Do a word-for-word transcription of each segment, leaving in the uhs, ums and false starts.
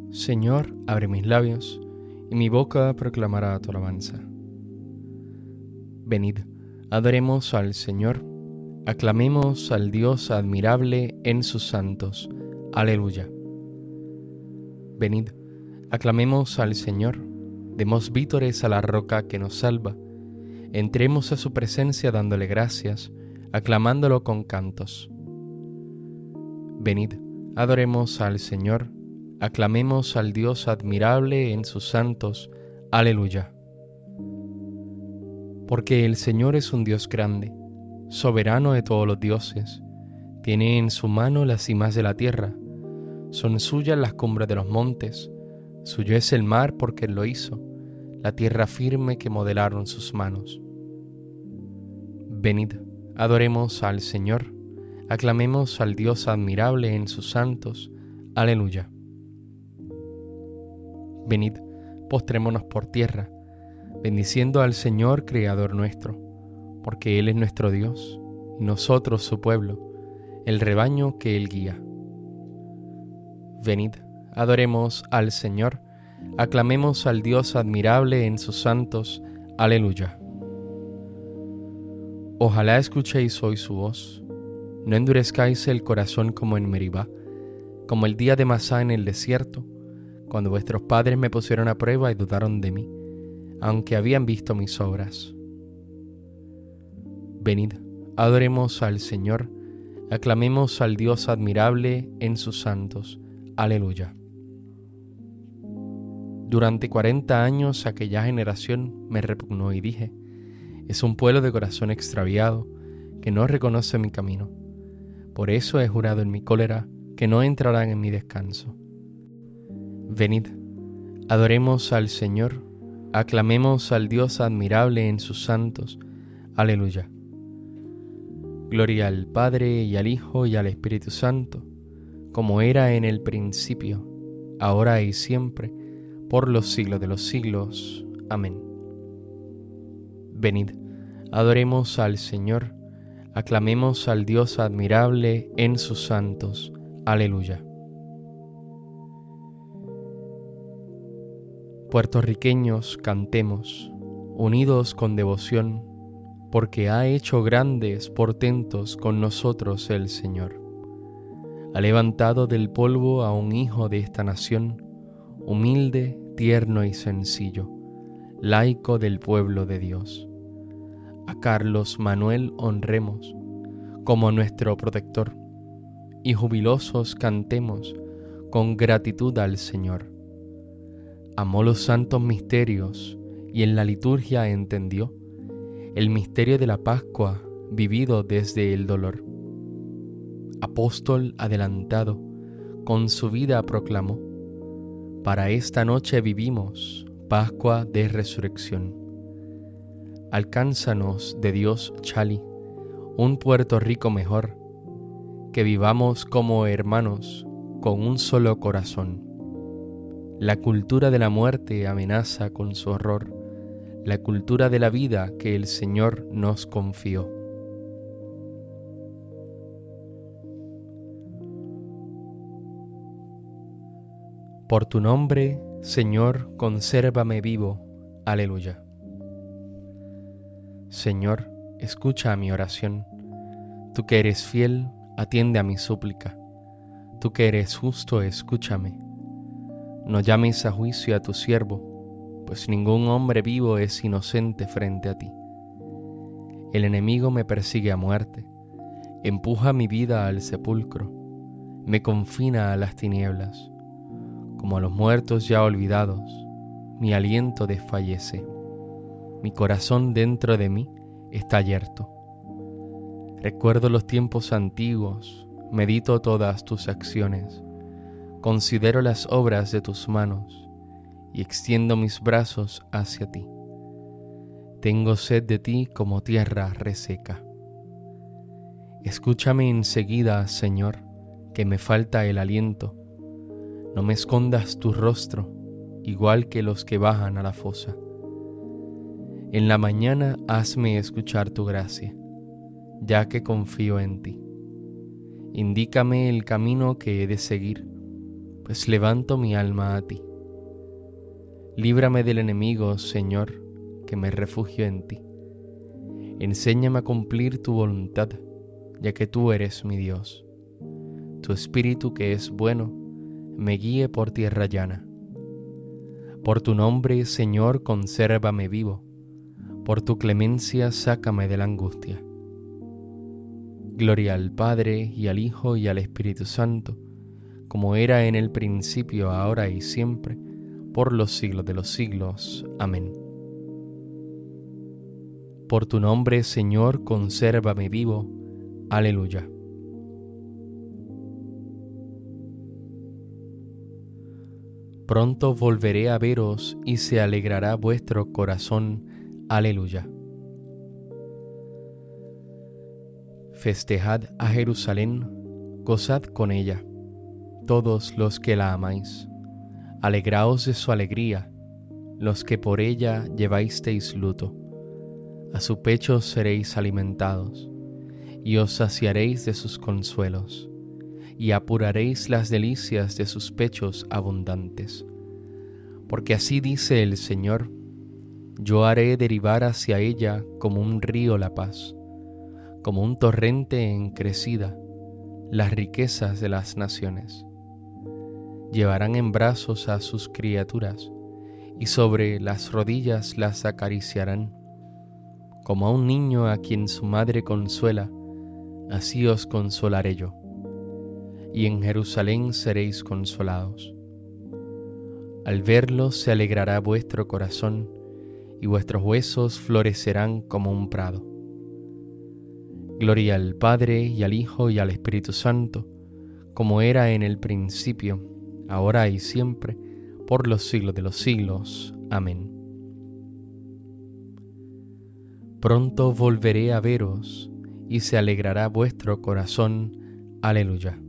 Señor, abre mis labios, y mi boca proclamará tu alabanza. Venid, adoremos al Señor, aclamemos al Dios admirable en sus santos. Aleluya. Venid, aclamemos al Señor, demos vítores a la roca que nos salva, entremos a su presencia dándole gracias, aclamándolo con cantos. Venid, adoremos al Señor, aclamemos al Dios admirable en sus santos. Aleluya. Porque el Señor es un Dios grande, soberano de todos los dioses. Tiene en su mano las cimas de la tierra. Son suyas las cumbres de los montes. Suyo es el mar porque Él lo hizo, la tierra firme que modelaron sus manos. Venid, adoremos al Señor, aclamemos al Dios admirable en sus santos. Aleluya. Venid, postrémonos por tierra, bendiciendo al Señor, Creador nuestro, porque Él es nuestro Dios, y nosotros su pueblo, el rebaño que Él guía. Venid, adoremos al Señor, aclamemos al Dios admirable en sus santos. Aleluya. Ojalá escuchéis hoy su voz, no endurezcáis el corazón como en Meribá, como el día de Masá en el desierto, cuando vuestros padres me pusieron a prueba y dudaron de mí, aunque habían visto mis obras. Venid, adoremos al Señor, aclamemos al Dios admirable en sus santos. Aleluya. Durante cuarenta años aquella generación me repugnó y dije, es un pueblo de corazón extraviado que no reconoce mi camino. Por eso he jurado en mi cólera que no entrarán en mi descanso. Venid, adoremos al Señor, aclamemos al Dios admirable en sus santos. Aleluya. Gloria al Padre, y al Hijo, y al Espíritu Santo, como era en el principio, ahora y siempre, por los siglos de los siglos. Amén. Venid, adoremos al Señor, aclamemos al Dios admirable en sus santos. Aleluya. Puertorriqueños, cantemos, unidos con devoción, porque ha hecho grandes portentos con nosotros el Señor. Ha levantado del polvo a un hijo de esta nación, humilde, tierno y sencillo, laico del pueblo de Dios. A Carlos Manuel honremos como nuestro protector, y jubilosos cantemos con gratitud al Señor. Amó los santos misterios y en la liturgia entendió el misterio de la Pascua vivido desde el dolor. Apóstol adelantado, con su vida proclamó, para esta noche vivimos Pascua de resurrección. Alcánzanos de Dios, Chali, un Puerto Rico mejor, que vivamos como hermanos con un solo corazón. La cultura de la muerte amenaza con su horror la cultura de la vida que el Señor nos confió. Por tu nombre, Señor, consérvame vivo. Aleluya. Señor, escucha mi oración. Tú que eres fiel, atiende a mi súplica. Tú que eres justo, escúchame. No llames a juicio a tu siervo, pues ningún hombre vivo es inocente frente a ti. El enemigo me persigue a muerte, empuja mi vida al sepulcro, me confina a las tinieblas. Como a los muertos ya olvidados, mi aliento desfallece, mi corazón dentro de mí está yerto. Recuerdo los tiempos antiguos, medito todas tus acciones, considero las obras de tus manos y extiendo mis brazos hacia ti. Tengo sed de ti como tierra reseca. Escúchame enseguida, Señor, que me falta el aliento. No me escondas tu rostro, igual que los que bajan a la fosa. En la mañana hazme escuchar tu gracia, ya que confío en ti. Indícame el camino que he de seguir, pues levanto mi alma a ti. Líbrame del enemigo, Señor, que me refugio en ti. Enséñame a cumplir tu voluntad, ya que tú eres mi Dios. Tu Espíritu, que es bueno, me guíe por tierra llana. Por tu nombre, Señor, consérvame vivo. Por tu clemencia, sácame de la angustia. Gloria al Padre, y al Hijo, y al Espíritu Santo, como era en el principio, ahora y siempre, por los siglos de los siglos. Amén. Por tu nombre, Señor, consérvame vivo. Aleluya. Pronto volveré a veros y se alegrará vuestro corazón. Aleluya. Festejad a Jerusalén, gozad con ella, todos los que la amáis. Alegraos de su alegría, los que por ella llevasteis luto. A su pecho seréis alimentados, y os saciaréis de sus consuelos, y apuraréis las delicias de sus pechos abundantes. Porque así dice el Señor: yo haré derivar hacia ella como un río la paz, como un torrente en crecida, las riquezas de las naciones. Llevarán en brazos a sus criaturas, y sobre las rodillas las acariciarán. Como a un niño a quien su madre consuela, así os consolaré yo. Y en Jerusalén seréis consolados. Al verlo se alegrará vuestro corazón, y vuestros huesos florecerán como un prado. Gloria al Padre, y al Hijo, y al Espíritu Santo, como era en el principio, ahora y siempre, por los siglos de los siglos. Amén. Pronto volveré a veros, y se alegrará vuestro corazón. Aleluya.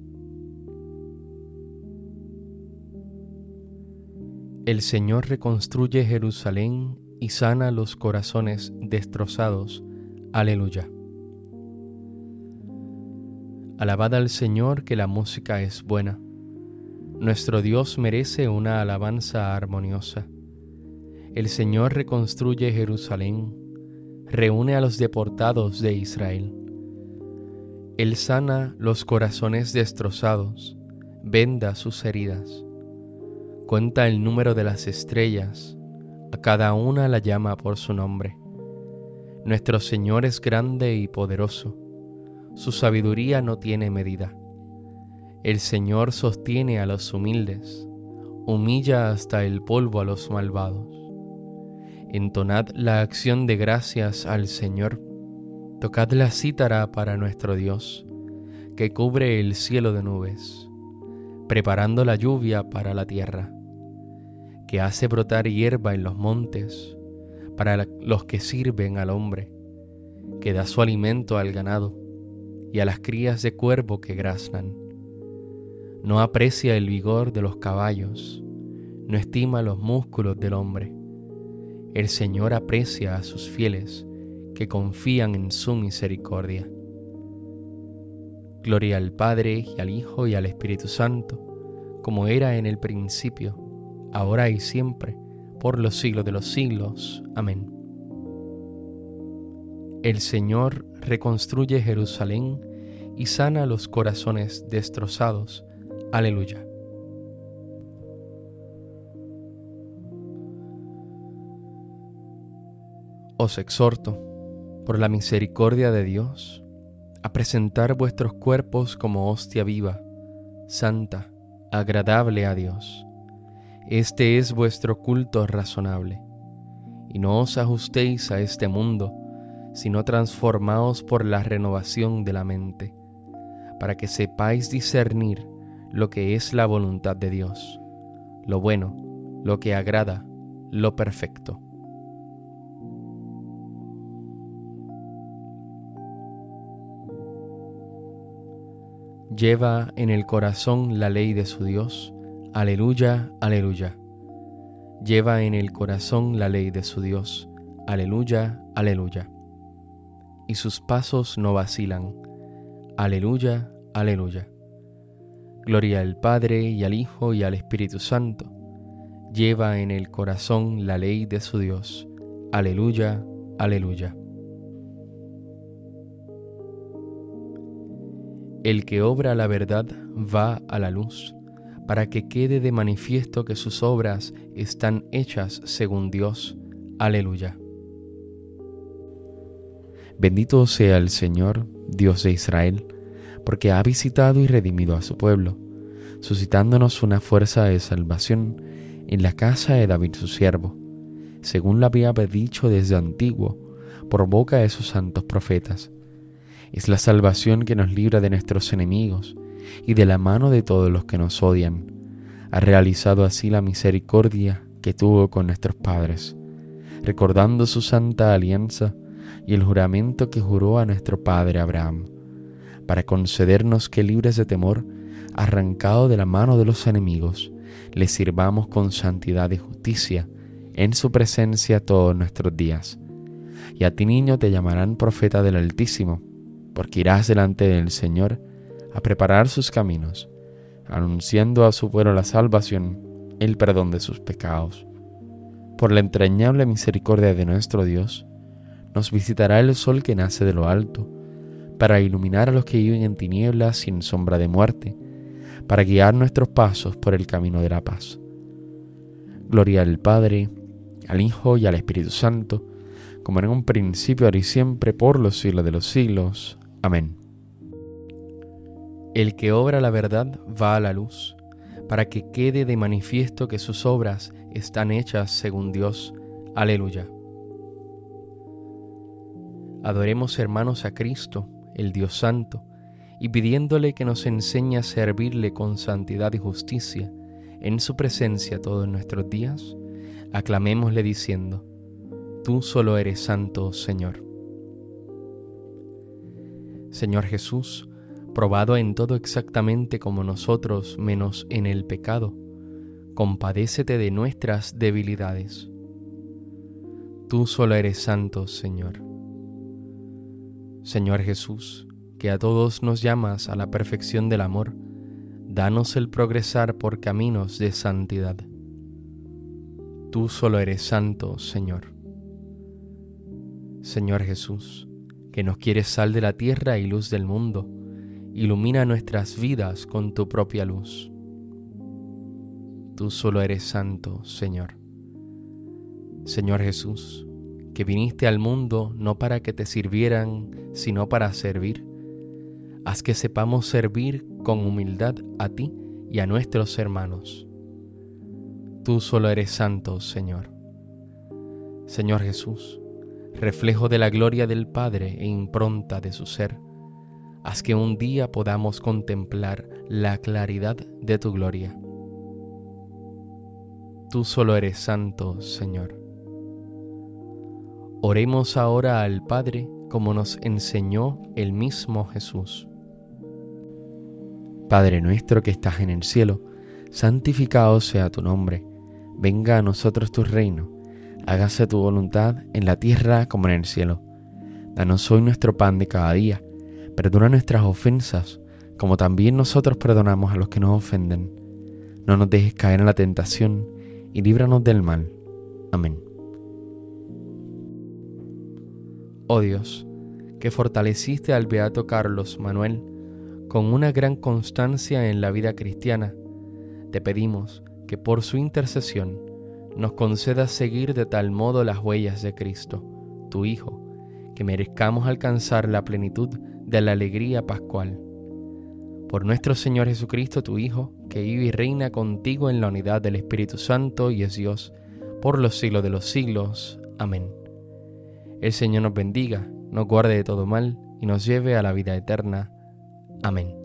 El Señor reconstruye Jerusalén y sana los corazones destrozados. Aleluya. Alabad al Señor, que la música es buena. Nuestro Dios merece una alabanza armoniosa. El Señor reconstruye Jerusalén, reúne a los deportados de Israel. Él sana los corazones destrozados, venda sus heridas. Cuenta el número de las estrellas, a cada una la llama por su nombre. Nuestro Señor es grande y poderoso, su sabiduría no tiene medida. El Señor sostiene a los humildes, humilla hasta el polvo a los malvados. Entonad la acción de gracias al Señor, tocad la cítara para nuestro Dios, que cubre el cielo de nubes, preparando la lluvia para la tierra, que hace brotar hierba en los montes, para los que sirven al hombre, que da su alimento al ganado y a las crías de cuervo que graznan. No aprecia el vigor de los caballos, no estima los músculos del hombre. El Señor aprecia a sus fieles que confían en su misericordia. Gloria al Padre, y al Hijo, y al Espíritu Santo, como era en el principio, ahora y siempre, por los siglos de los siglos. Amén. El Señor reconstruye Jerusalén y sana los corazones destrozados. Aleluya. Os exhorto, por la misericordia de Dios, a presentar vuestros cuerpos como hostia viva, santa, agradable a Dios. Este es vuestro culto razonable. Y no os ajustéis a este mundo, sino transformaos por la renovación de la mente, para que sepáis discernir lo que es la voluntad de Dios, lo bueno, lo que agrada, lo perfecto. Lleva en el corazón la ley de su Dios. Aleluya, aleluya. Lleva en el corazón la ley de su Dios. Aleluya, aleluya. Y sus pasos no vacilan. Aleluya, aleluya. Gloria al Padre, y al Hijo, y al Espíritu Santo. Lleva en el corazón la ley de su Dios. Aleluya, aleluya. El que obra la verdad va a la luz, para que quede de manifiesto que sus obras están hechas según Dios. Aleluya. Bendito sea el Señor, Dios de Israel, porque ha visitado y redimido a su pueblo, suscitándonos una fuerza de salvación en la casa de David su siervo, según lo había dicho desde antiguo, por boca de sus santos profetas. Es la salvación que nos libra de nuestros enemigos y de la mano de todos los que nos odian. Ha realizado así la misericordia que tuvo con nuestros padres, recordando su santa alianza y el juramento que juró a nuestro padre Abraham, para concedernos que, libres de temor, arrancado de la mano de los enemigos, le sirvamos con santidad y justicia en su presencia todos nuestros días. Y a ti, niño, te llamarán profeta del Altísimo, porque irás delante del Señor a preparar sus caminos, anunciando a su pueblo la salvación, el perdón de sus pecados. Por la entrañable misericordia de nuestro Dios, nos visitará el sol que nace de lo alto, para iluminar a los que viven en tinieblas sin sombra de muerte, para guiar nuestros pasos por el camino de la paz. Gloria al Padre, al Hijo y al Espíritu Santo, como en un principio, ahora y siempre, por los siglos de los siglos. Amén. El que obra la verdad va a la luz, para que quede de manifiesto que sus obras están hechas según Dios. Aleluya. Adoremos, hermanos, a Cristo, el Dios Santo, y pidiéndole que nos enseñe a servirle con santidad y justicia en su presencia todos nuestros días, aclamémosle diciendo: Tú solo eres santo, Señor. Señor Jesús, probado en todo exactamente como nosotros, menos en el pecado, compadécete de nuestras debilidades. Tú solo eres santo, Señor. Señor Jesús, que a todos nos llamas a la perfección del amor, danos el progresar por caminos de santidad. Tú solo eres santo, Señor. Señor Jesús, que nos quieres sal de la tierra y luz del mundo, ilumina nuestras vidas con tu propia luz. Tú solo eres santo, Señor. Señor Jesús, que viniste al mundo no para que te sirvieran, sino para servir, haz que sepamos servir con humildad a ti y a nuestros hermanos. Tú solo eres santo, Señor. Señor Jesús, reflejo de la gloria del Padre e impronta de su ser, haz que un día podamos contemplar la claridad de tu gloria. Tú solo eres santo, Señor. Oremos ahora al Padre como nos enseñó el mismo Jesús. Padre nuestro que estás en el cielo, santificado sea tu nombre. Venga a nosotros tu reino. Hágase tu voluntad en la tierra como en el cielo. Danos hoy nuestro pan de cada día. Perdona nuestras ofensas, como también nosotros perdonamos a los que nos ofenden. No nos dejes caer en la tentación y líbranos del mal. Amén. Oh Dios, que fortaleciste al beato Carlos Manuel con una gran constancia en la vida cristiana, te pedimos que por su intercesión nos concedas seguir de tal modo las huellas de Cristo, tu Hijo, que merezcamos alcanzar la plenitud de la alegría pascual. Por nuestro Señor Jesucristo, tu Hijo, que vive y reina contigo en la unidad del Espíritu Santo y es Dios, por los siglos de los siglos. Amén. El Señor nos bendiga, nos guarde de todo mal y nos lleve a la vida eterna. Amén.